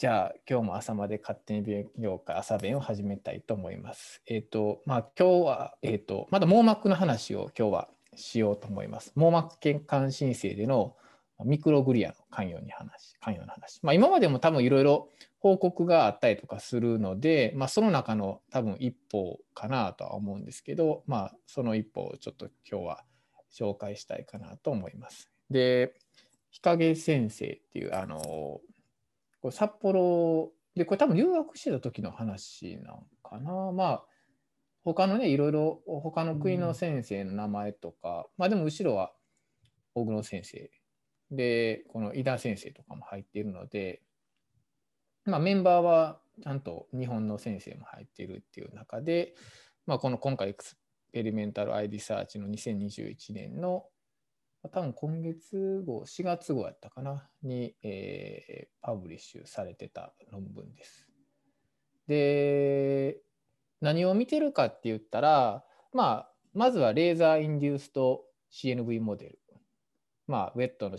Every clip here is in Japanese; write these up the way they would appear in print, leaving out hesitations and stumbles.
じゃあ今日も朝まで勝手に勉強会朝弁を始めたいと思います。今日は、まだ網膜の話を今日はしようと思います。網膜血管新生でのミクログリアの関与の話。今までも多分いろいろ報告があったりとかするので、その中の多分一歩かなとは思うんですけど、その一歩をちょっと今日は紹介したいかなと思います。で、日陰先生っていうこれ札幌で、これ多分留学してた時の話なのかな。他のね、いろいろ他の国の先生の名前とか、でも後ろは大黒先生で、この井田先生とかも入っているので、メンバーはちゃんと日本の先生も入っているっていう中で、この今回エクスペリメンタルアイリサーチの2021年の多分今月号、4月号やったかなに、パブリッシュされてた論文です。で、何を見てるかって言ったら、まずはレーザーインデュースと CNV モデル。ウェットの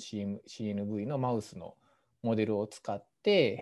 CNV のマウスのモデルを使って、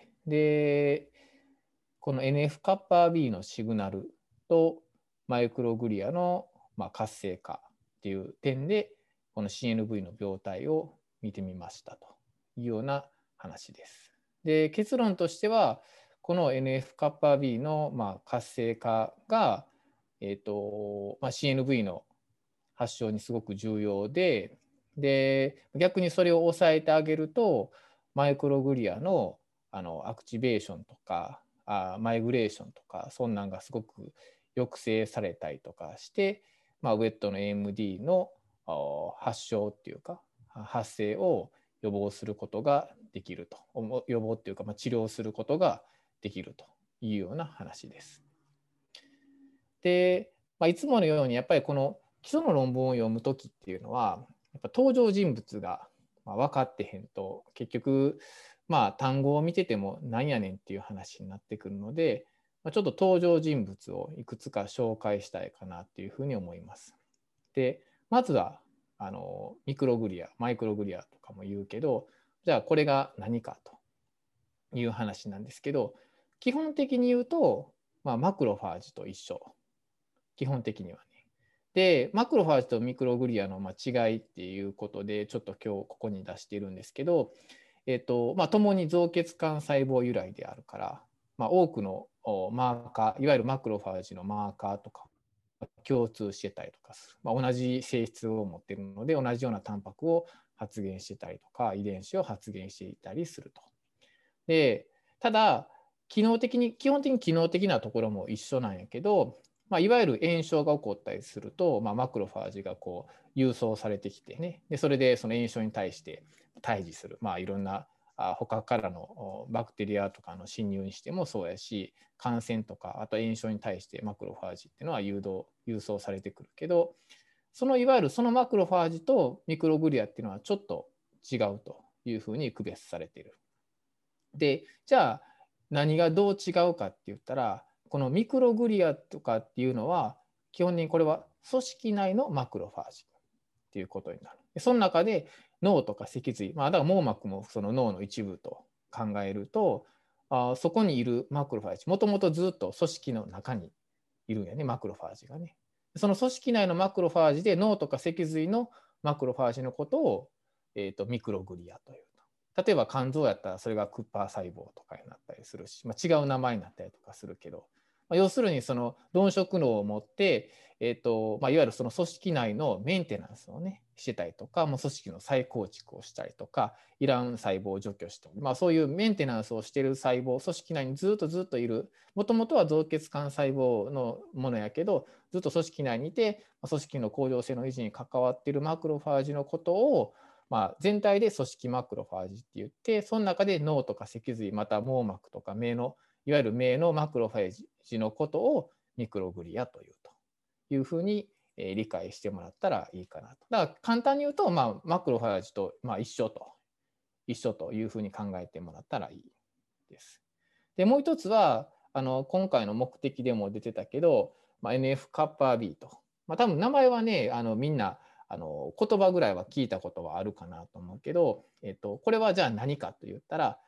で、この NF-κB のシグナルとマイクログリアの活性化っていう点で、この CNV の病態を見てみましたというような話です。で、結論としては、この NF-κB の活性化が、CNV の発症にすごく重要で、逆にそれを抑えてあげると、マイクログリアのアクチベーションとかマイグレーションとか、そんなんがすごく抑制されたりとかして、ウェットの AMD の発症っていうか、発生を予防することができると。予防っていうか、治療することができるというような話です。で、いつものようにやっぱりこの基礎の論文を読むときっていうのは、やっぱ登場人物が分かってへんと、結局、単語を見ててもなんやねんっていう話になってくるので、ちょっと登場人物をいくつか紹介したいかなっていうふうに思います。で、まずはミクログリア、マイクログリアとかも言うけど、じゃあこれが何かという話なんですけど、基本的に言うと、マクロファージと一緒。基本的にはね。で、マクロファージとミクログリアの違いっていうことで、ちょっと今日ここに出しているんですけど、共に造血管細胞由来であるから、多くのマーカー、いわゆるマクロファージのマーカーとか共通してたりとかする。同じ性質を持っているので、同じようなタンパクを発現してたりとか、遺伝子を発現していたりすると。で、ただ、基本的に機能的なところも一緒なんやけど、いわゆる炎症が起こったりすると、マクロファージがこう郵送されてきてね、でそれでその炎症に対して対峙する、いろんな他からのバクテリアとかの侵入にしてもそうやし、感染とかあと炎症に対してマクロファージっていうのは郵送されてくるけど、いわゆるそのマクロファージとミクログリアっていうのはちょっと違うというふうに区別されている。で、じゃあ何がどう違うかって言ったら、このミクログリアとかっていうのは、基本的にこれは組織内のマクロファージっていうことになる。その中で脳とか脊髄、だから網膜もその脳の一部と考えると、そこにいるマクロファージ、もともとずっと組織の中にいるんやね、マクロファージがね。その組織内のマクロファージで脳とか脊髄のマクロファージのことを、ミクログリアという。例えば肝臓やったらそれがクッパー細胞とかになったりするし、違う名前になったりとかするけど、要するにその鈍色脳を持って、いわゆるその組織内のメンテナンスをねしてたりとか、もう組織の再構築をしたりとか、いらん細胞を除去したり、そういうメンテナンスをしている細胞、組織内にずっといる、もともとは造血管細胞のものやけど、ずっと組織内にいて、組織の恒常性の維持に関わっているマクロファージのことを、全体で組織マクロファージって言って、その中で脳とか脊髄、また網膜とか目の、いわゆる目のマクロファージのことをミクログリアというふうに理解してもらったらいいかなと。だから簡単に言うと、マクロファージと一緒というふうに考えてもらったらいいです。で、もう一つは、今回の目的でも出てたけど、NF-κB と。多分名前はね、みんな言葉ぐらいは聞いたことはあるかなと思うけど、これはじゃあ何かと言ったら、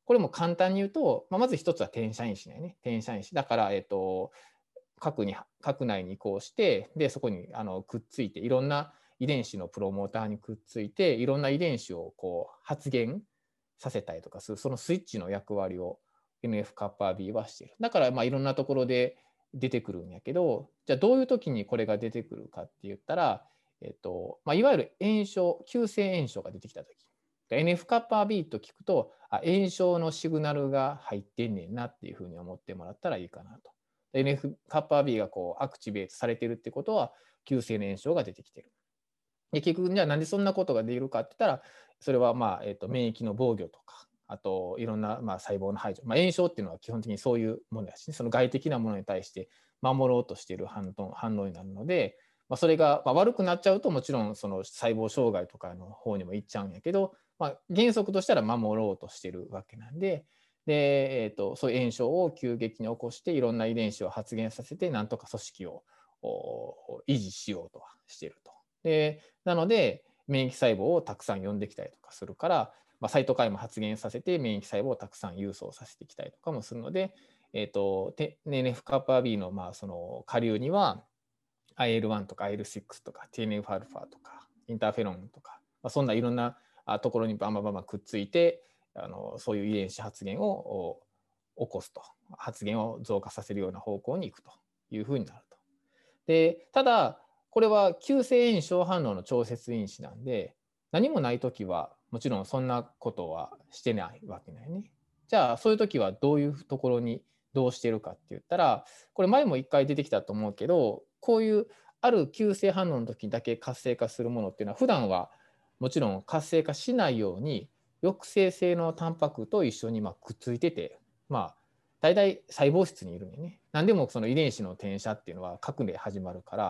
これも簡単に言うと、まず一つは転写因子だよね。転写因子だから、核内に移行して、でそこにくっついて、いろんな遺伝子のプロモーターにくっついて、いろんな遺伝子をこう発現させたりとかする、そのスイッチの役割を NF-κB はしている。だからいろんなところで出てくるんやけど、じゃあどういう時にこれが出てくるかって言ったら、いわゆる炎症、急性炎症が出てきた時。NF-κB と聞くと、炎症のシグナルが入ってんねんなっていうふうに思ってもらったらいいかなと。NF-κB がこうアクチベートされてるってことは、急性の炎症が出てきてる。で結局、じゃあなんでそんなことができるかって言ったら、それは免疫の防御とか、あといろんな細胞の排除、炎症っていうのは基本的にそういうものだし、ね、その外的なものに対して守ろうとしている反応になるので、それが悪くなっちゃうともちろんその細胞障害とかの方にも行っちゃうんやけど、原則としたら守ろうとしてるわけなんで、そういう炎症を急激に起こしていろんな遺伝子を発現させてなんとか組織を維持しようとはしていると。なので免疫細胞をたくさん呼んできたりとかするから、サイトカインも発現させて免疫細胞をたくさん郵送させてきたりとかもするので、NF-κB のその下流には IL-1 とか IL-6 とか TNF-α とかインターフェロンとか、そんないろんなところにバンバンバンバンくっついてそういう遺伝子発現を起こすと、発現を増加させるような方向に行くというふうになると。でただこれは急性炎症反応の調節因子なんで、何もない時はもちろんそんなことはしてないわけだよね。じゃあそういう時はどういうところにどうしてるかって言ったら、これ前も一回出てきたと思うけど、こういうある急性反応の時だけ活性化するものっていうのは普段はもちろん活性化しないように抑制性のタンパクと一緒にくっついてて、大体細胞質にいるんでね。何でもその遺伝子の転写っていうのは核で始まるから、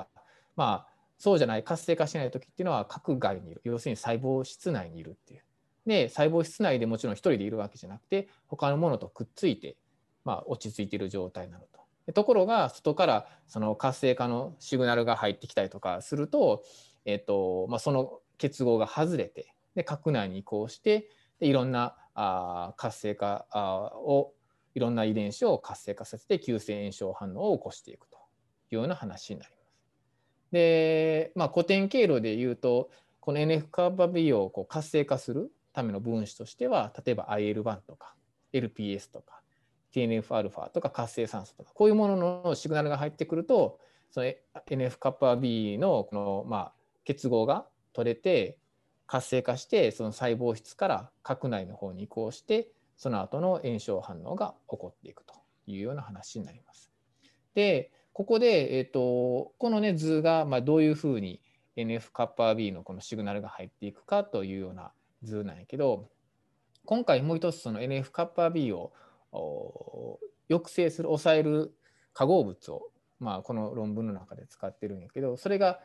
そうじゃない活性化しない時っていうのは核外にいる、要するに細胞質内にいるっていう。で細胞質内でもちろん一人でいるわけじゃなくて他のものとくっついて、落ち着いている状態になると。ところが外からその活性化のシグナルが入ってきたりとかすると、その結合が外れてで核内に移行してでいろんな活性化をいろんな遺伝子を活性化させて急性炎症反応を起こしていくというような話になります。で、古典経路でいうとこの NF-κB をこう活性化するための分子としては例えば IL-1 とか LPS とか TNF-α とか活性酸素とかこういうもののシグナルが入ってくるとその NF-κB のこの結合が取れて活性化してその細胞質から核内の方に移行してその後の炎症反応が起こっていくというような話になります。でここで、この、ね、図がどういうふうに NF-κB のこのシグナルが入っていくかというような図なんやけど、今回もう一つその NF-κB を抑制する抑える化合物を、この論文の中で使ってるんやけど、それが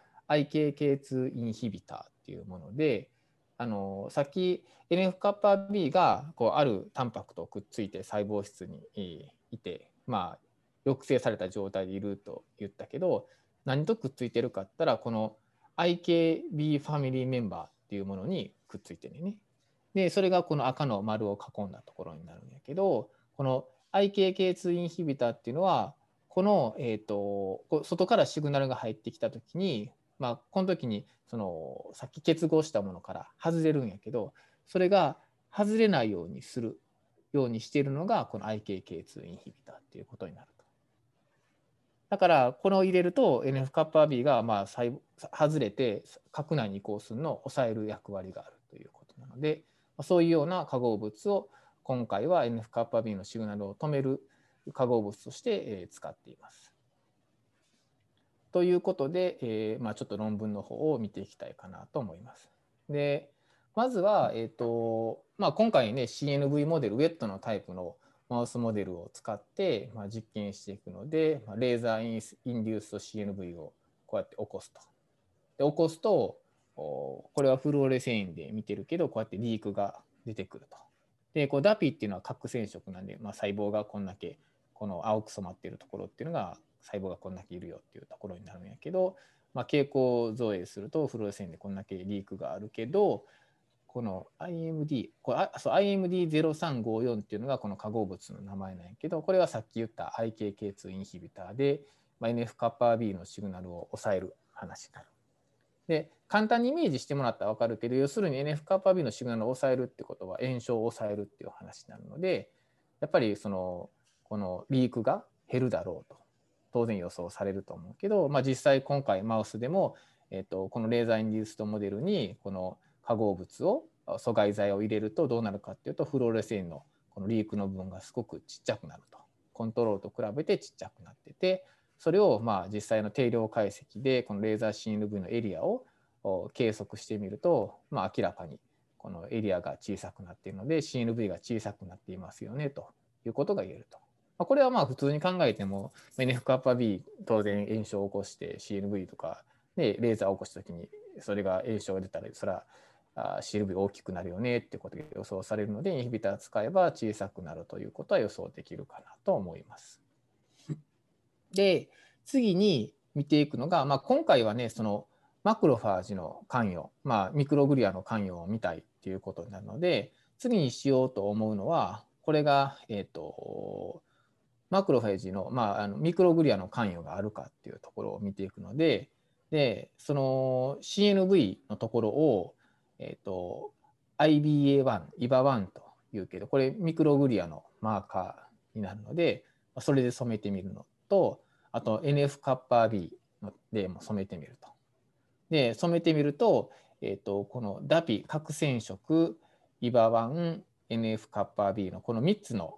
IKK2 インヒビターっていうもので、さっき NF-κB がこうあるタンパクとくっついて細胞質にいて、抑制された状態でいると言ったけど、何とくっついてるかって言ったらこの IKB ファミリーメンバーっていうものにくっついてるね。でそれがこの赤の丸を囲んだところになるんやけど、この IKK2 インヒビターっていうのはこの、外からシグナルが入ってきた時に、この時にそのさっき結合したものから外れるんやけど、それが外れないようにするようにしているのがこの IKK2 インヒビターっていうことになると。だからこれを入れると NF-κB が外れて核内に移行するのを抑える役割があるということなので、そういうような化合物を今回は NF-κB のシグナルを止める化合物として使っています。ということで、ちょっと論文の方を見ていきたいかなと思います。でまずは、今回ね CNV モデルウェットのタイプのマウスモデルを使って、実験していくので、レーザーインデュースと CNV をこうやって起こすと。で起こすとこれはフルオレセインで見てるけどこうやってリークが出てくると。でこう DAPI っていうのは核染色なんで、細胞がこんだけこの青く染まっているところっていうのが細胞がこんだけいるよっていうところになるんやけど、蛍光造影するとフルオレセインでこんだけリークがあるけどこの IMD、そう IMD0354 っていうのがこの化合物の名前なんやけど、これはさっき言った IKK2 インヒビターで、NF-κB のシグナルを抑える話になる。で、簡単にイメージしてもらったら分かるけど、要するに NF-κB のシグナルを抑えるってことは炎症を抑えるっていう話になるので、やっぱりこのリークが減るだろうと当然予想されると思うけど、実際今回マウスでも、このレーザーインデューストモデルにこの化合物を阻害剤を入れるとどうなるかっていうと、フローレセインのこのリークの部分がすごくちっちゃくなると。コントロールと比べてちっちゃくなってて、それを実際の定量解析でこのレーザー CNV のエリアを計測してみると、明らかにこのエリアが小さくなっているので CNV が小さくなっていますよねということが言えると。これは普通に考えても NF-κB 当然炎症を起こして CNV とかでレーザーを起こした時にそれが炎症が出たらそれはCNV 大きくなるよねってことが予想されるので、インヒビター使えば小さくなるということは予想できるかなと思います。で、次に見ていくのが、今回はね、そのマクロファージの関与、ミクログリアの関与を見たいっていうことになるので、次にしようと思うのは、これが、マクロフェージの、ミクログリアの関与があるかっていうところを見ていくので、その CNV のところを、IBA1、IBA1 というけど、これミクログリアのマーカーになるので、それで染めてみるのと、あと NF-κB でも染めてみると。で、染めてみると、この DAPI 核染色、IBA1、NF-κB のこの3つの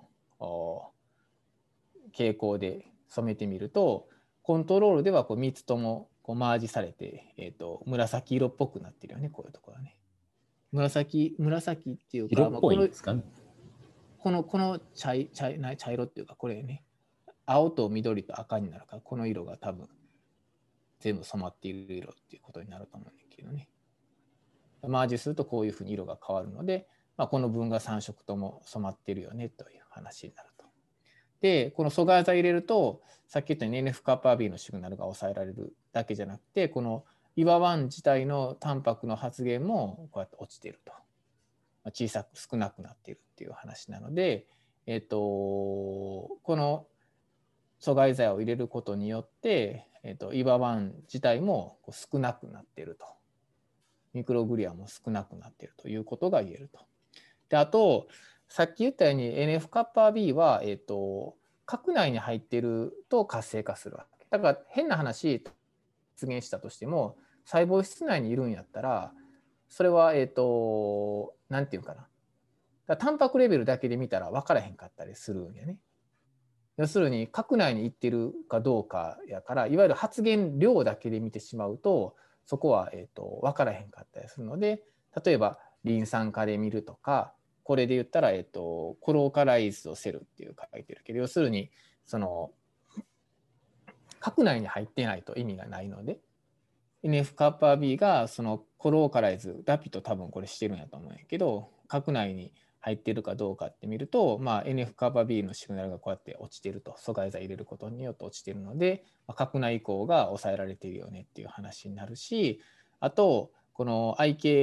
傾向で染めてみると、コントロールではこう3つともこうマージされて、紫色っぽくなってるよね、こういうところはね。紫っていうか、 色っぽいんですかね。 この茶色っていうか、これね、青と緑と赤になるから、この色が多分全部染まっている色っていうことになると思うんだけどね。マージするとこういうふうに色が変わるので、この分が3色とも染まっているよねという話になると。で、この阻害剤入れると、さっき言ったように NF-κB のシグナルが抑えられるだけじゃなくて、この IBA1 自体のタンパクの発現もこうやって落ちていると。小さく少なくなっているっていう話なので、この阻害剤を入れることによって、IBA1 自体も少なくなっていると。ミクログリアも少なくなっているということが言えると。で、あと、さっき言ったように NF-κB は、核内に入っていると活性化するわけ。だから変な話、出現したとしても、細胞質内にいるんやったら、それは、なんていうかな。タンパクレベルだけで見たら分からへんかったりするんやね。要するに核内に行ってるかどうかやから、いわゆる発現量だけで見てしまうと、そこは分からへんかったりするので、例えばリン酸化で見るとか、これで言ったらコローカライズドセルっていう書いてるけど、要するにその核内に入ってないと意味がないので、NF-κB がそのコローカライズ、ダピと多分これしてるんやと思うんやけど、核内に入ってるかどうかって見ると、NF-κB のシグナルがこうやって落ちてると、阻害剤入れることによって落ちてるので、核内移行が抑えられているよねっていう話になるし、あと、この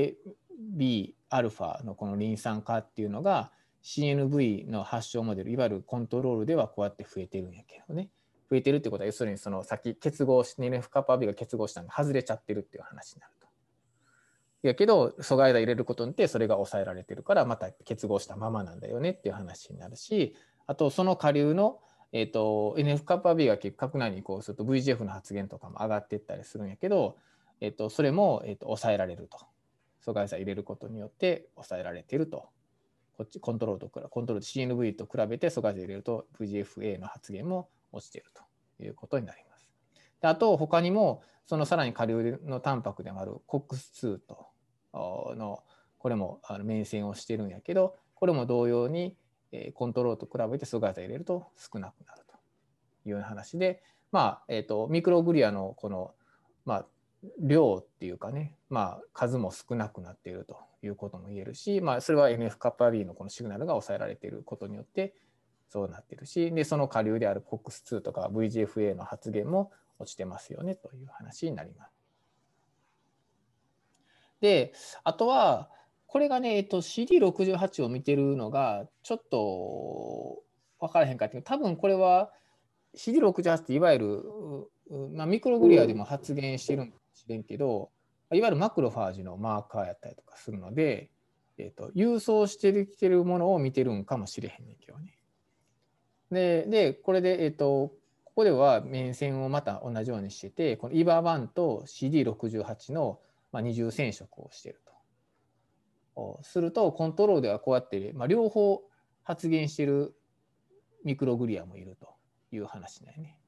IKB-α のこのリン酸化っていうのが CNV の発症モデル、いわゆるコントロールではこうやって増えてるんやけどね。増えてるってことは、要するにそのさっき結合し NF-κB が結合したので外れちゃってるっていう話になると。やけど阻害剤入れることによってそれが抑えられてるからまた結合したままなんだよねっていう話になるし、あとその下流の、NF-κB が核内に移行すると VGF の発現とかも上がっていったりするんやけど、それも、抑えられると。阻害剤入れることによって抑えられていると。こっちコントロール CNV と比べて阻害剤入れると VGFA の発現も落ちているということになります。で、あと他にもそのさらに下流のタンパクでもある COX2 とのこれも面線をしてるんやけど、これも同様にコントロールと比べて阻害剤入れると少なくなるというような話で、ミクログリアのこの、量っていうかね、数も少なくなっているということも言えるし、それは NF-κB のこのシグナルが抑えられていることによってそうなっているし、でその下流である COX2 とか VGFA の発現も落ちてますよねという話になります。で、あとはここれがね、CD68 を見てるのがちょっと分からへんかっていう、多分これは CD68 っていわゆる、まあ、ミクログリアでも発現してるんかもしれんけど、いわゆるマクロファージのマーカーやったりとかするので、郵送してきてるものを見てるんかもしれへんねんけどね。で、これで、ここでは面線をまた同じようにしてて、この IVA1 と CD68 の二重染色をしていると。すると、コントロールではこうやって、両方発現しているミクログリアもいるという話だよね。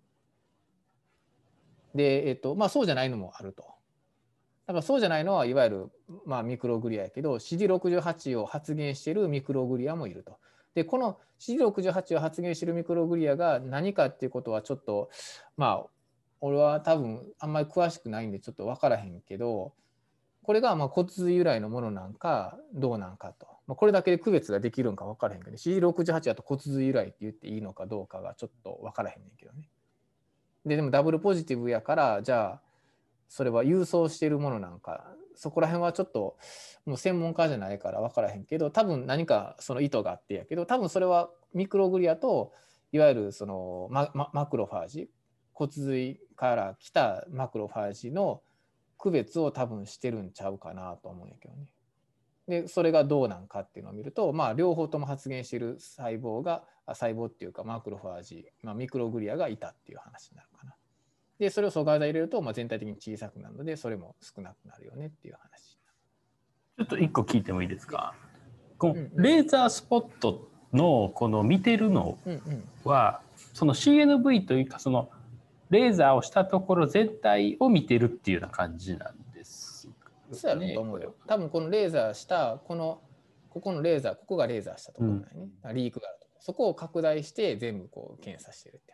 で、そうじゃないのもあると。だからそうじゃないのはいわゆる、ミクログリアやけど、CD68 を発現しているミクログリアもいると。で、この CD68 を発現しているミクログリアが何かっていうことはちょっと、俺は多分あんまり詳しくないんでちょっと分からへんけど、これが骨髄由来のものなんかどうなんかと。これだけで区別ができるんか分からへんけど、CD68 だと骨髄由来って言っていいのかどうかがちょっと分からへんねんけどね。でもダブルポジティブやから、じゃあそれは郵送しているものなんか、そこら辺はちょっともう専門家じゃないから分からへんけど、多分何かその意図があってやけど、多分それはミクログリアといわゆるそのマクロファージ、骨髄から来たマクロファージの区別を多分してるんちゃうかなと思うんやけどね。でそれがどうなんかっていうのを見ると、両方とも発現している細胞っていうかマクロファージ、ミクログリアがいたっていう話になるかな。でそれを阻害剤入れると、全体的に小さくなるので、それも少なくなるよねっていう話。 ちょっと一個聞いてもいいですか。このレーザースポットのこの見てるのは、その CNV というかそのレーザーをしたところ全体を見てるっていうような感じなんですね。 そうやろうと思うよ。多分このレーザーしたここのレーザー、ここがレーザーしたところだよね。リークがあるところ。そこを拡大して全部こう検査してるって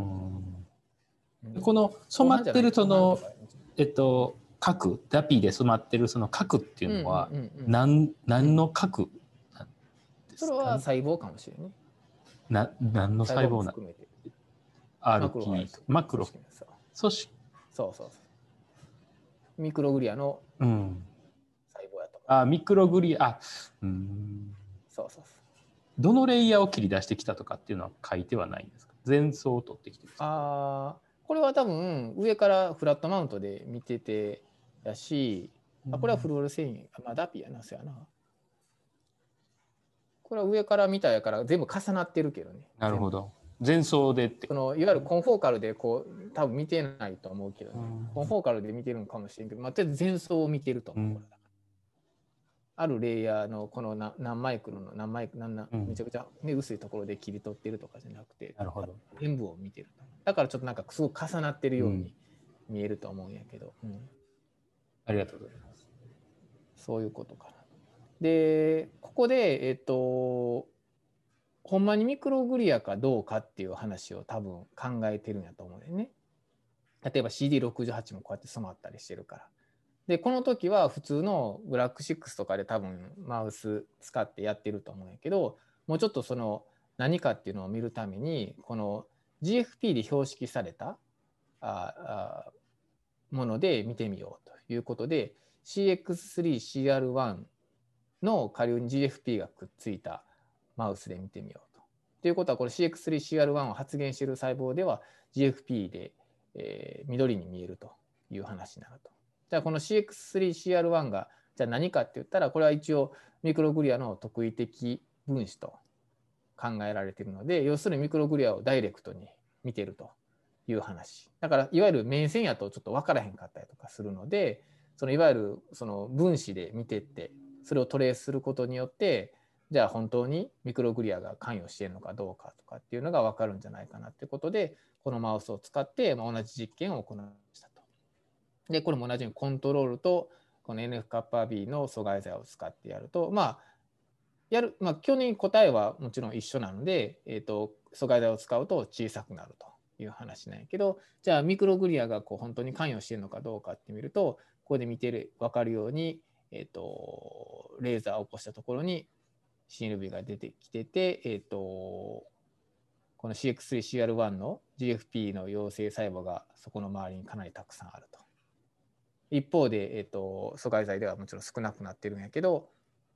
話。この染まってるその核、ダピで染まってるその核っていうのは何の核なんですかね。 それは細胞かもしれない。 何の細胞なの？RT とマクロ組織。 そうミクログリアの細胞やと思う。ミクログリア、 そうどのレイヤーを切り出してきたとかっていうのは書いてはないんですか？前奏を取ってきてるんですか？ これは多分上からフラットマウントで見ててやし、これはフルオレセイン、ダピやな、そうやな。これは上から見たやから全部重なってるけどね。 なるほど。前奏でっていわゆるコンフォーカルでこう多分見てないと思うけどね。コンフォーカルで見てるのかもしれんけど、とりあえず前奏を見てると思う。あるレイヤーのこの何マイクロのめちゃくちゃ、薄いところで切り取ってるとかじゃなくて、全部を見てる。だからちょっとなんかすごく重なってるように見えると思うんやけど。 ありがとうございます。 そういうことかな。でここでほんまにミクログリアかどうかっていう話を多分考えてるんやと思うんだよね。例えば CD68 もこうやって染まったりしてるから。でこの時は普通のブラック6とかで多分マウス使ってやってると思うんやけど、もうちょっとその何かっていうのを見るためにこの GFP で標識されたもので見てみようということで CX3CR1 の下流に GFP がくっついたマウスで見てみようと。ということはこれ CX3CR1 を発現している細胞では GFP で、緑に見えるという話になると。じゃあこの CX3CR1 がじゃあ何かって言ったら、これは一応ミクログリアの特異的分子と考えられているので、要するにミクログリアをダイレクトに見てるという話。だからいわゆる面線やとちょっと分からへんかったりとかするので、そのいわゆるその分子で見てってそれをトレースすることによって、じゃあ本当にミクログリアが関与しているのかどうかとかっていうのが分かるんじゃないかなっていうことで、このマウスを使って同じ実験を行いましたと。でこれも同じようにコントロールとこの NF-κB の阻害剤を使ってやると、基本的に答えはもちろん一緒なので、阻害剤を使うと小さくなるという話なんやけど、じゃあミクログリアがこう本当に関与しているのかどうかって見ると、ここで見てる分かるように、レーザーを起こしたところに CNV が出てきてて、この CX3CR1 の GFP の陽性細胞がそこの周りにかなりたくさんあると。一方で、阻害剤ではもちろん少なくなってるんやけど、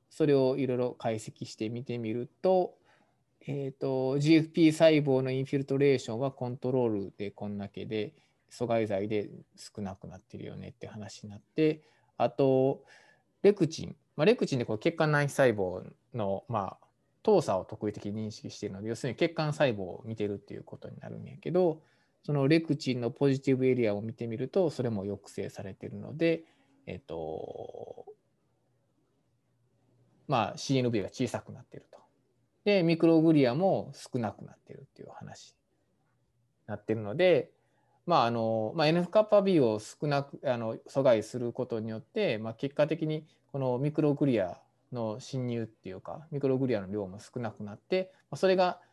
それをいろいろ解析して見てみると、GFP 細胞のインフィルトレーションはコントロールでこんだけで阻害剤で少なくなってるよねって話になって、あとレクチン、レクチンでこう血管内皮細胞の、動作を特異的に認識しているので、要するに血管細胞を見てるっていうことになるんやけど、そのレクチンのポジティブエリアを見てみるとそれも抑制されているので、CNV が小さくなっていると。でミクログリアも少なくなっているっていう話になっているので、NF-κB を少なく阻害することによって、結果的にこのミクログリアの侵入っていうかミクログリアの量も少なくなって、それが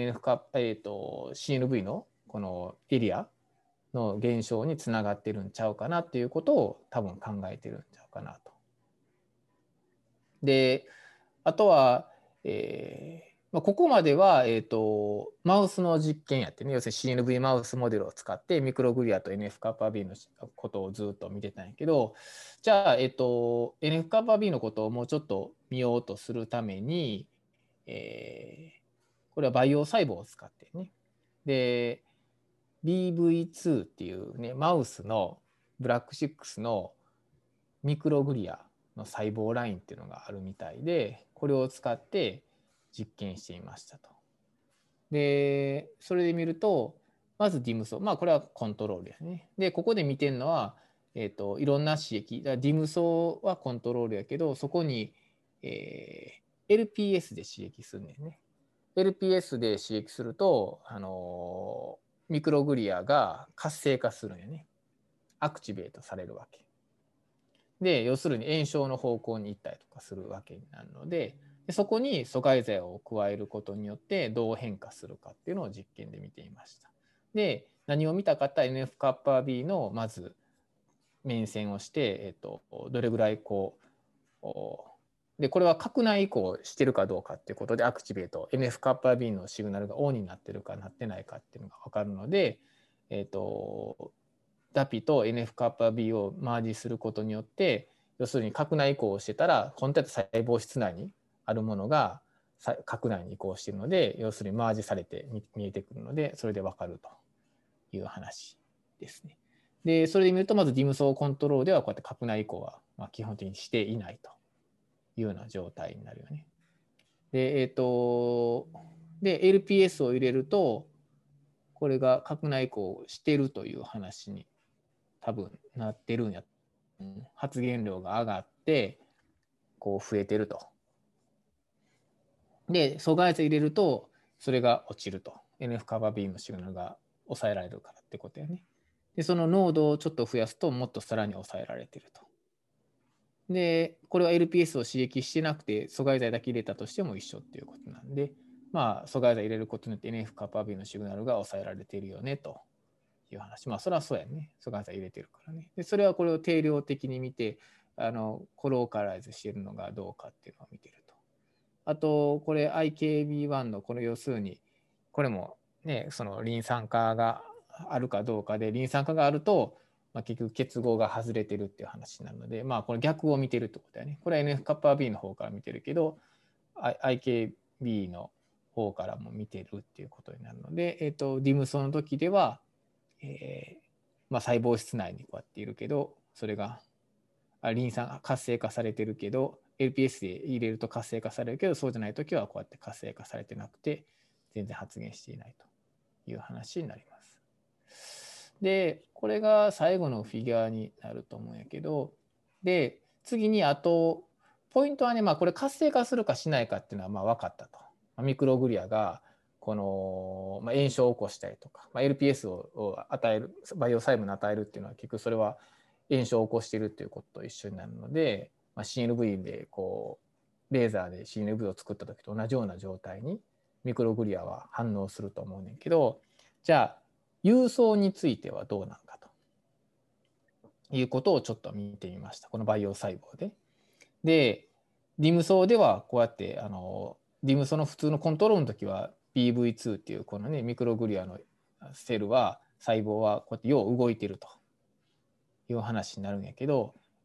CNV のこのエリアの減少につながってるんちゃうかなっていうことを多分考えてるんちゃうかなと。であとは、ここまでは、マウスの実験やってね、要するに CNV マウスモデルを使ってミクログリアと NF-κB のことをずっと見てたんやけど、じゃあ、NF-κB のことをもうちょっと見ようとするために、これは培養細胞を使ってね、で BV2 っていうねマウスのブラック6のミクログリアの細胞ラインっていうのがあるみたいで、これを使って実験していましたと。でそれで見るとまず DIM 層、これはコントロールですね。でここで見てるのは、いろんな刺激、DIM 層はコントロールやけど、そこに、LPS で刺激するんだよね。LPS で刺激すると、ミクログリアが活性化するんよね。アクチベートされるわけ。で要するに炎症の方向に行ったりとかするわけになるので、そこに阻害剤を加えることによってどう変化するかっていうのを実験で見ていました。で何を見たかった NF-κB のまず面線をして、どれぐらいこうでこれは核内移行してるかどうかっていうことでアクチベート NF-κB のシグナルがオンになってるかなってないかっていうのが分かるので、DAPI と NF-κB をマージすることによって、要するに核内移行をしてたら本当は細胞質内にあるものが核内に移行しているので、要するにマージされて見えてくるので、それで分かるという話ですね。でそれで見ると、まず DIM 層コントロールではこうやって核内移行は基本的にしていないというような状態になるよね。で、LPS を入れるとこれが核内移行をしているという話に多分なってるんや。発現量が上がってこう増えてると。で阻害剤入れるとそれが落ちると。 NF-κB のシグナルが抑えられるからってことやね。でその濃度をちょっと増やすともっとさらに抑えられてると。でこれは LPS を刺激してなくて阻害剤だけ入れたとしても一緒っていうことなんで、阻害剤入れることによって NF-κB のシグナルが抑えられているよねという話。それはそうやね。阻害剤入れてるからね。でそれはこれを定量的に見てコローカライズしているのがどうかっていうのを見てると。あとこれ IKB1 のこの要するにこれもね、そのリン酸化があるかどうかで、リン酸化があると、結局結合が外れてるっていう話になるので、これ逆を見てるってことだよね。これは NF-κB の方から見てるけど IKB の方からも見てるっていうことになるので、DIM 層の時では細胞質内にこうやっているけど、それがリン酸が活性化されてるけど LPS で入れると活性化されるけど、そうじゃない時はこうやって活性化されてなくて全然発現していないという話になります。でこれが最後のフィギュアになると思うんやけど、で次にあとポイントはね、これ活性化するかしないかっていうのは分かったと。ミクログリアがこの、炎症を起こしたりとか、LPS を与える、培養細胞に与えるっていうのは結局それは炎症を起こしているっていうことと一緒になるので、CNV でこうレーザーで CNV を作った時と同じような状態にミクログリアは反応すると思うねんけど、じゃあ郵送についてはどうなのかということをちょっと見てみました。この培養細胞で。で DIM 層ではこうやってDIM 層の普通のコントロールの時は BV2 っていうこのねミクログリアのセルは細胞はこうやってよう動いてるという話になるんやけど、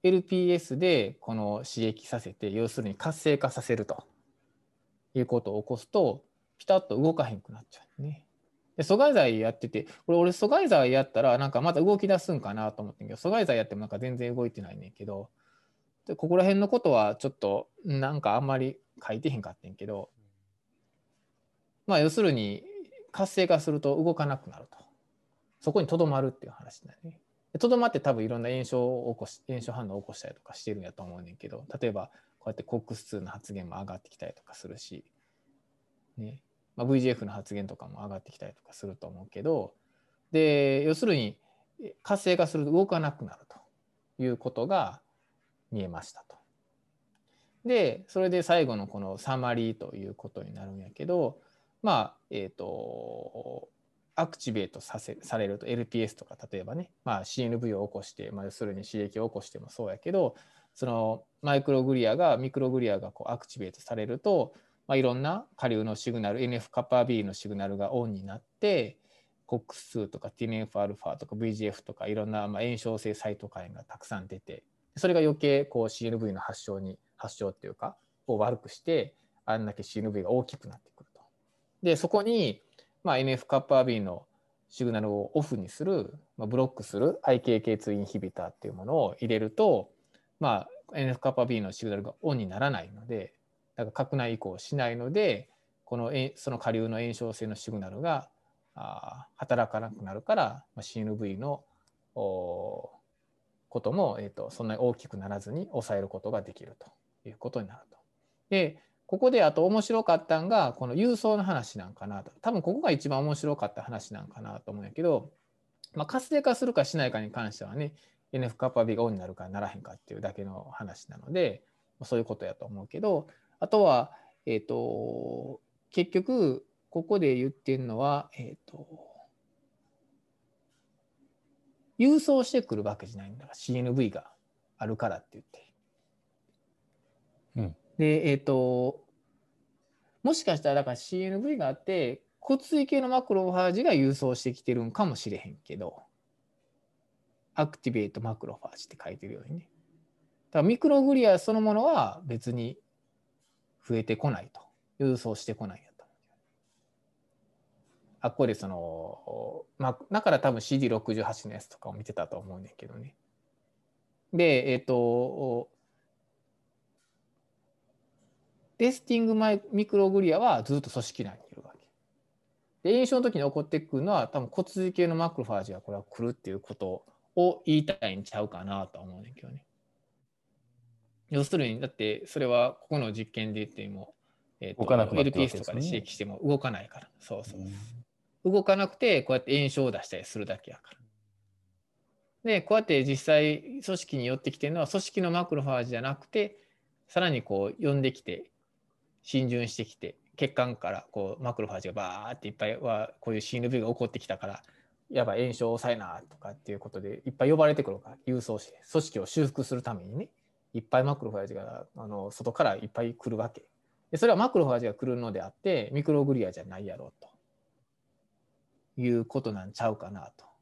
LPS でこの刺激させて、要するに活性化させるということを起こすと、ピタッと動かへんくなっちゃうね。で阻害剤やってて、これ俺阻害剤やったらなんかまた動き出すんかなと思ってんけど、阻害剤やってもなんか全然動いてないねんけど、でここら辺のことはちょっとなんかあんまり書いてへんかってんけど、まあ要するに活性化すると動かなくなると。そこにとどまるっていう話だね。とどまって多分いろんな炎症反応を起こしたりとかしてるんやと思うねんけど、例えばこうやって COX2 の発現も上がってきたりとかするし、ね、まあ、VGF の発現とかも上がってきたりとかすると思うけど、で要するに活性化すると動かなくなるということが見えましたと。でそれで最後のこのサマリーということになるんやけど、まあアクチベートされると LPS とか例えばね、まあ、CNV を起こして、まあ、要するに刺激を起こしてもそうやけど、そのミクログリアがこうアクチベートされると、まあ、いろんな下流のシグナル NF-κB のシグナルがオンになって、COX2 とか TNF-α とか VGF とかいろんな炎症性サイトカインがたくさん出て、それが余計こう CNV の発症っていうかを悪くして、あんだけ CNV が大きくなってくると。でそこに、まあ、NF-κB のシグナルをオフにする、まあ、ブロックする IKK2 インヒビターっていうものを入れると、まあ、NF-κB のシグナルがオンにならないので、だから核内移行しないので、その下流の炎症性のシグナルが働かなくなるから、まあ、CNV のことも、そんなに大きくならずに抑えることができるということになると。でここであと面白かったんがこの郵送の話なんかなと。多分ここが一番面白かった話なんかなと思うんやけど、まあ、活性化するかしないかに関してはね、 NF-κB がオンになるかならへんかっていうだけの話なので、そういうことやと思うけど、あとは、結局ここで言ってるのは、郵送してくるわけじゃないんだから CNV があるからって言って。 うん、 でもしかしたらだから CNV があって骨髄系のマクロファージが郵送してきてるんかもしれへんけど、アクティベートマクロファージって書いてるようにね。だからミクログリアそのものは別に増えてこないと、郵送してこないやと。ここでその、まあ、だから多分 CD68 のやつとかを見てたと思うねんけどね。でレスティングミクログリアはずっと組織内にいるわけで、炎症の時に起こってくるのは多分骨髄系のマクロファージがこれは来るっていうことを言いたいんちゃうかなと思うねんけどね。要するにだってそれはここの実験で言っても、 動かなくなってるわけ LPS とかですもんね。 で刺激しても動かないから、そうそう、動かなくてこうやって炎症を出したりするだけやから。でこうやって実際組織に寄ってきてるのは組織のマクロファージじゃなくて、さらにこう呼んできて浸潤してきて、血管からこうマクロファージがバーっていっぱいはこういう CNV が起こってきたから、やばい炎症を抑えなとかっていうことでいっぱい呼ばれてくるから、郵送して組織を修復するためにね、いっぱいマクロファージが外からいっぱい来るわけで、それはマクロファージが来るのであってミクログリアじゃないやろうということなんちゃうかなと。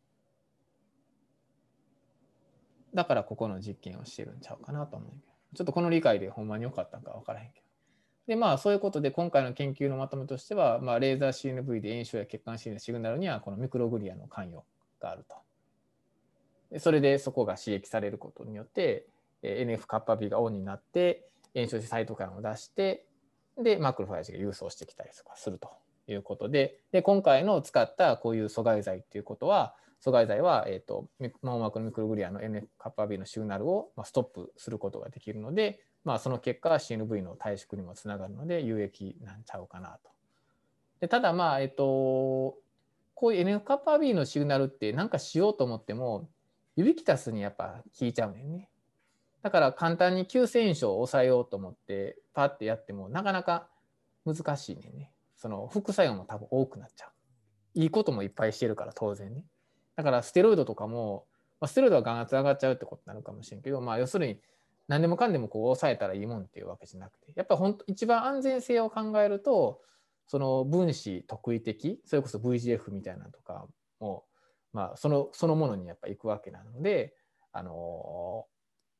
だからここの実験をしてるんちゃうかなと思うけど、ちょっとこの理解でほんまに良かったんか分からへんけど。でまあそういうことで今回の研究のまとめとしては、まあ、レーザー CNV で炎症や血管支のシグナルにはこのミクログリアの関与があると。でそれでそこが刺激されることによって NF-κB がオンになって炎症性サイトカインを出して、でマクロファージが郵送してきたりとかするということで、今回の使ったこういう阻害剤っていうことは、阻害剤は、網膜のミクログリアの NF-κB のシグナルをストップすることができるので、まあ、その結果 CNV の退縮にもつながるので有益なんちゃうかなと。でただまあこういう NF-κB のシグナルって何かしようと思ってもユビキタスにやっぱ効いちゃうねんね。だから簡単に急性炎症を抑えようと思ってパッてやってもなかなか難しいねんね。その副作用も多分多くなっちゃう。いいこともいっぱいしてるから当然ね。だからステロイドとかも、ステロイドは眼圧上がっちゃうってことになるかもしれんけど、まあ要するに何でもかんでもこう抑えたらいいもんっていうわけじゃなくて、やっぱり一番安全性を考えると、その分子特異的、それこそ VGF みたいなのとかも、まあそのものにやっぱ行くわけなので、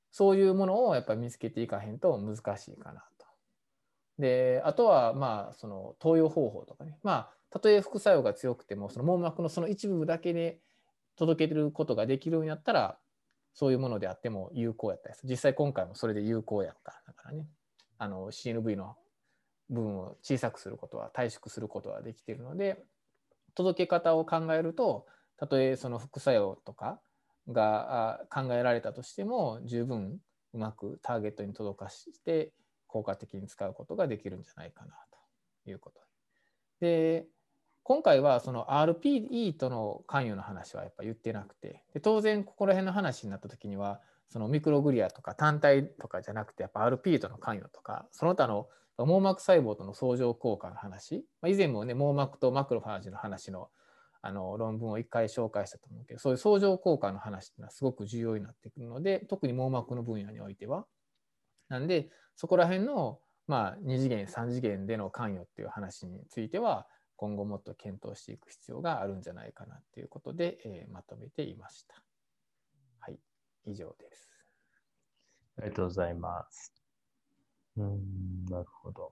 そういうものをやっぱり見つけていかへんと難しいかなと。であとはまあその投与方法とかね、まあたとえ副作用が強くてもその網膜のその一部だけで届けることができるようになったらそういうものであっても有効やったりする。実際今回もそれで有効やっただからね、CNV の部分を小さくすることは短縮することはできているので、届け方を考えるとたとえその副作用とかが考えられたとしても十分うまくターゲットに届かして効果的に使うことができるんじゃないかなということで、今回はその RPE との関与の話はやっぱ言ってなくて、で当然ここら辺の話になった時にはそのミクログリアとか単体とかじゃなくてやっぱ RPE との関与とかその他の網膜細胞との相乗効果の話、以前もね網膜とマクロファージの話の論文を一回紹介したと思うけど、そういう相乗効果の話っていうのはすごく重要になってくるので、特に網膜の分野においては。なんでそこら辺のまあ2次元3次元での関与っていう話については今後もっと検討していく必要があるんじゃないかなということで、まとめていました。はい、以上です。 ありがとうございます。なるほど。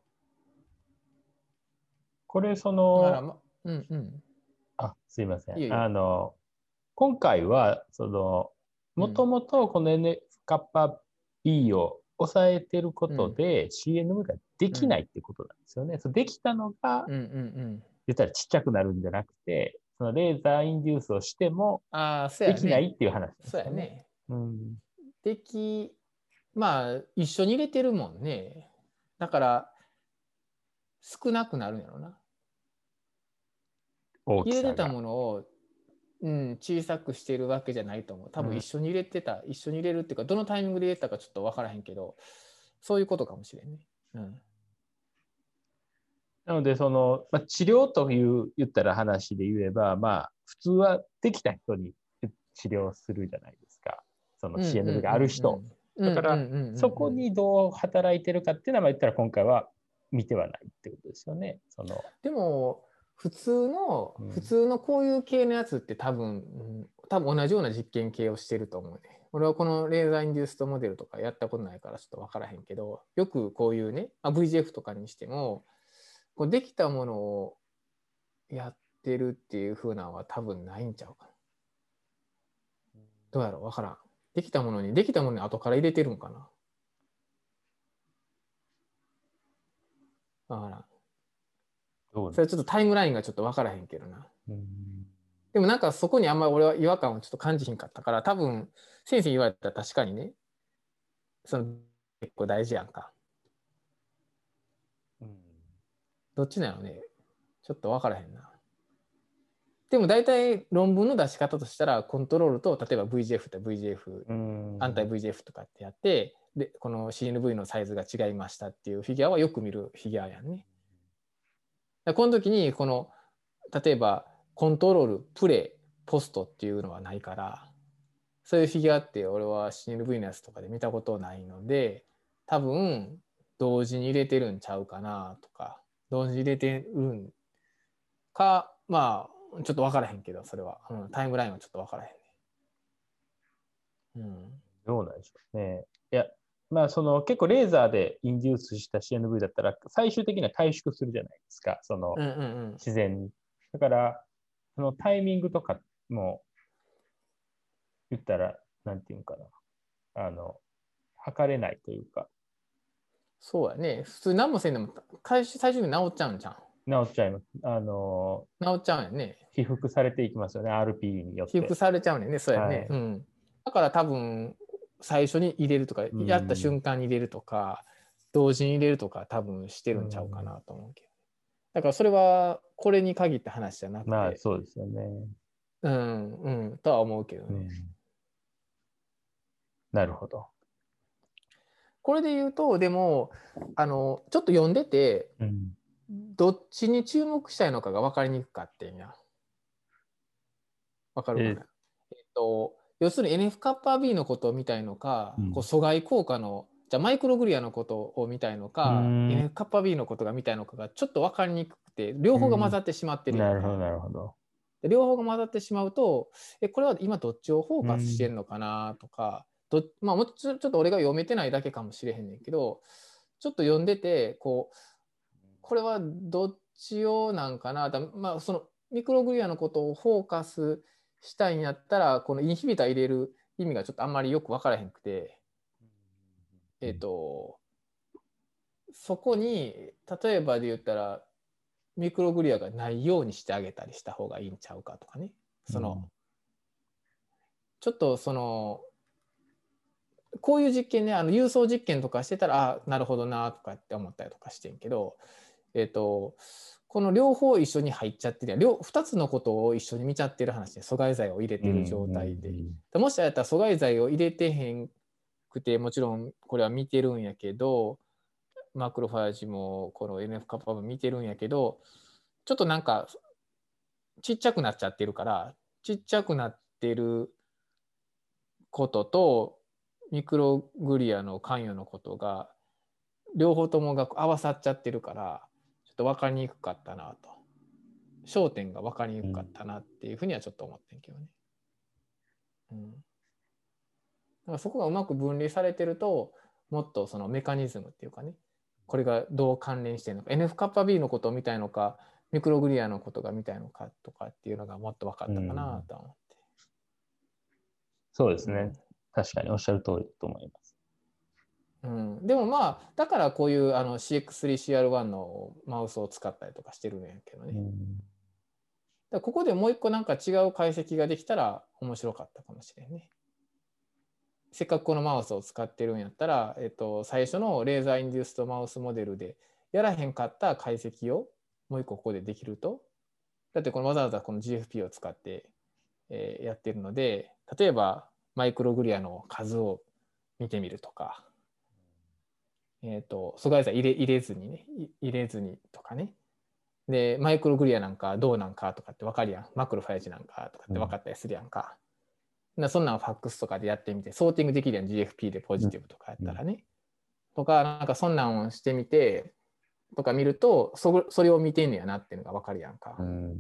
これその、すいません。 いいよ今回はそのもともとこの NF-κB を抑えてることで CNV ができないってことなんですよね。できたのが、言ったらちっちゃくなるんじゃなくて、そのレーザーインデュースをしてもできないっていう話ですよね。 まあ一緒に入れてるもんね。だから少なくなるんやろな。入れてたものを、小さくしてるわけじゃないと思う。多分一緒に入れてた、一緒に入れるっていうかどのタイミングで入れたかちょっと分からへんけど、そういうことかもしれんね。 なのでその、治療という言ったら話で言えば、普通はできた人に治療するじゃないですか。その CNV がある人。だからそこにどう働いてるかっていうのは言ったら今回は見てはないってことですよね。 でも普通のこういう系のやつって多分同じような実験系をしてると思うね。俺はこのレーザーインデューストモデルとかやったことないからちょっと分からへんけど、よくこういうね、VGF とかにしてもこうできたものをやってるっていう風なのは多分ないんちゃうかな。どうやろう分からん。できたものに後から入れてるんかな。分からん。それちょっとタイムラインがちょっと分からへんけどな。でもなんかそこにあんまり俺は違和感をちょっと感じひんかったから、多分先生に言われたら確かにね、その結構大事やんか。どっちなのね、ちょっと分からへんな。でも大体論文の出し方としたらコントロールと例えば VGF と VGF、アンタイ VGF とかってやって、でこの CNV のサイズが違いましたっていうフィギュアはよく見るフィギュアやんね。この時にこの例えばコントロール、プレイ、ポストっていうのはないから、そういうフィギュアって俺は CNV のやつとかで見たことないので、多分同時に入れてるんちゃうかなとか、同時に入れてるんか、まあちょっと分からへんけど、それは、タイムラインはちょっと分からへんね。 どうなんでしょうね。いや、その結構レーザーでインデュースした CNV だったら最終的には回縮するじゃないですか、その自然に。だからそのタイミングとかも言ったらなんていうかな、測れないというか。 そうやね。普通何もせんでも最終に治っちゃうんじゃん。 治っちゃいます。 治っちゃうんやね。 被覆されていきますよね、RP によって。 被覆されちゃうね。そうやね。だから多分最初に入れるとか、やった瞬間に入れるとか、同時に入れるとか多分してるんちゃうかなと思うけど。だからそれはこれに限った話じゃなくて。 そうですよね。 とは思うけどね。 なるほど。 これで言うと、でもちょっと読んでて、どっちに注目したいのかが分かりにくかってんや。分かるかな。要するに NF-κB のことを見たいのか、こう阻害効果のじゃあマイクログリアのことを見たいのか、NF-κB のことが見たいのかがちょっと分かりにくくて、両方が混ざってしまってるなるほど、なるほど。 両方が混ざってしまうと、これは今どっちをフォーカスしてるのかなとか、 まあもちろんちょっと俺が読めてないだけかもしれへんねんけど、ちょっと読んでてこれはどっちをなんかな、まあそのミクログリアのことをフォーカスしたいんやったら、このインヒビター入れる意味がちょっとあんまりよく分からへんくて、そこに例えばで言ったらミクログリアがないようにしてあげたりした方がいいんちゃうかとかね。ちょっとこういう実験ね、郵送実験とかしてたら、なるほどなとかって思ったりとかしてんけど、この両方一緒に入っちゃってる2つのことを一緒に見ちゃってる話で、阻害剤を入れてる状態で、もしあれやったら阻害剤を入れてへんくて、もちろんこれは見てるんやけど、マクロファージもこの NF カッパも見てるんやけど、ちょっとなんかちっちゃくなっちゃってるから、ちっちゃくなってることとミクログリアの関与のことが両方ともが合わさっちゃってるから、ちょっと分かりにくかったなと、焦点が分かりにくかったなっていうふうにはちょっと思ってんけどね。だからそこがうまく分離されてると、もっとそのメカニズムっていうかね、これがどう関連してるのか、 NF カッパ B のことを見たいのか、ミクログリアのことが見たいのかとかっていうのがもっと分かったかなと思って。 そうですね、確かにおっしゃる通りだと思います。 でもまあだからこういう CX3CR1 のマウスを使ったりとかしてるんやけどね。だここでもう一個なんか違う解析ができたら面白かったかもしれんね。せっかくこのマウスを使ってるんやったら、最初のレーザーインデューストマウスモデルでやらへんかった解析をもう一個ここでできると。だってこのわざわざこの GFP を使って、やってるので、例えばマイクログリアの数を見てみるとか、阻害剤入れずにとかね。でマイクログリアなんかどうなんかとかって分かるやん。マクロファージなんかとかって分かったりするやんか。そんなんファックスとかでやってみて、ソーティングできるやん。 GFP でポジティブとかやったらね。とか、なんかそんなんをしてみてとか見ると、それを見てんねやなっていうのが分かるやんか。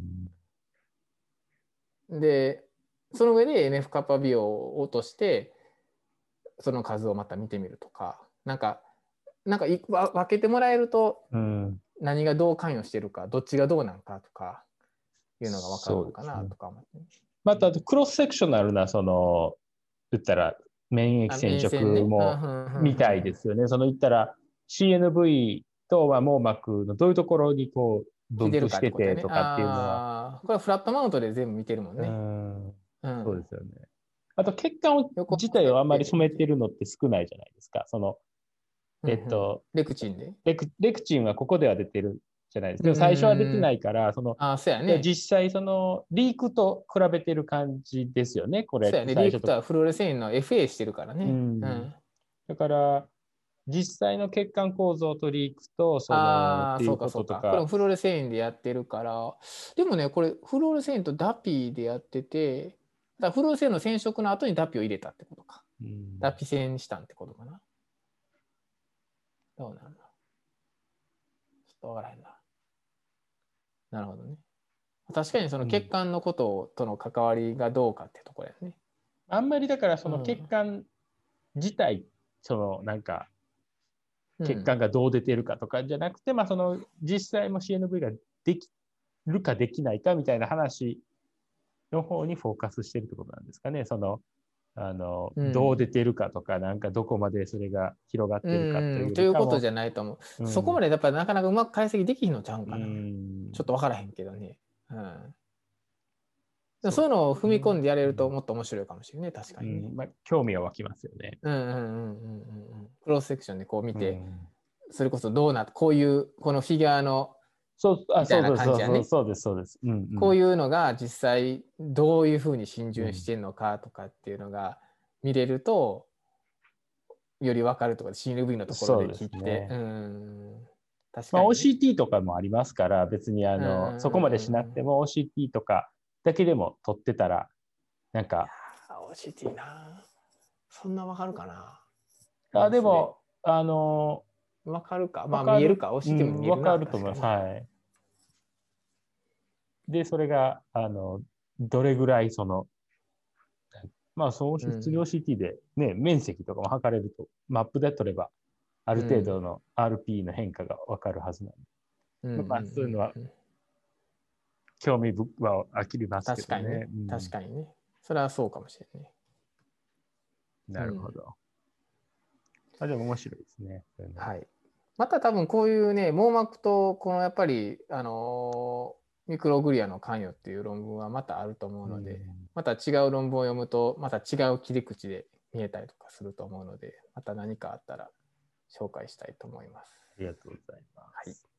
でその上で NF カッパ B を落としてその数をまた見てみるとか、なんか分けてもらえると、何がどう関与してるか、どっちがどうなんかとかいうのが分かるのかなとか思って、 またクロスセクショナルな言ったら免疫染色も見たいですよね。言ったら CNV とは網膜のどういうところにこう分布しててとかっていうのは、 これはフラットマウントで全部見てるもんね。 そうですよね。あと血管自体をあんまり染めてるのって少ないじゃないですか。 レクチンでレクチンはここでは出てるじゃないですか。でも最初は出てないから、 そうやね、 実際リークと比べてる感じですよね、これ。 そうやね、リークとはフルオレセインの FA してるからね。 だから実際の血管構造とリークとっていうこととか。 これもフルオレセインでやってるから。でもね、これフルオレセインとダピでやってて、だフルオレセインの染色の後にダピを入れたってことか。ダピ染にしたんってことかな。どうなんだ。ちょっとわからへんな。なるほどね。確かにその血管のこととの関わりがどうかってところやね。 あんまりだからその血管自体、なんか血管がどう出てるかとかじゃなくて、実際も CNV ができるかできないかみたいな話の方にフォーカスしてるってことなんですかね。どう出てるかとか、なんかどこまでそれが広がってるかということじゃないと思う。そこまでやっぱりなかなかうまく解析できひんのちゃうんかな。ちょっと分からへんけどね。そういうのを踏み込んでやれるともっと面白いかもしれないね、確かにね。 興味は湧きますよね。 クロスセクションでこう見て、それこそこういうこのフィギュアのみたいな感じやね。 そうです、そうです。 こういうのが実際どういうふうに浸潤してるのかとかっていうのが見れると、より分かるとか CNV のところで切って。 確かにね。OCT とかもありますから、別にそこまでしなくても OCT とかだけでも取ってたら、なんか。 OCT な。そんな分かるかな。 でも、 分かるか。まあ見えるか。OCT も見えるな。 分かると思います。はい。で、それが、どれぐらいまあ、そう質量 CT で、ね、面積とかも測れると、マップで取れば、ある程度の RP の変化が分かるはずなんで、まあ、そういうのは興味は飽きますけどね。 確かにね。それはそうかもしれないね。 なるほど。でも面白いですね。 はい。また多分こういうね、網膜とこのやっぱり、ミクログリアの関与っていう論文はまたあると思うので、また違う論文を読むと、また違う切り口で見えたりとかすると思うので、また何かあったら紹介したいと思います。 ありがとうございます。 はい。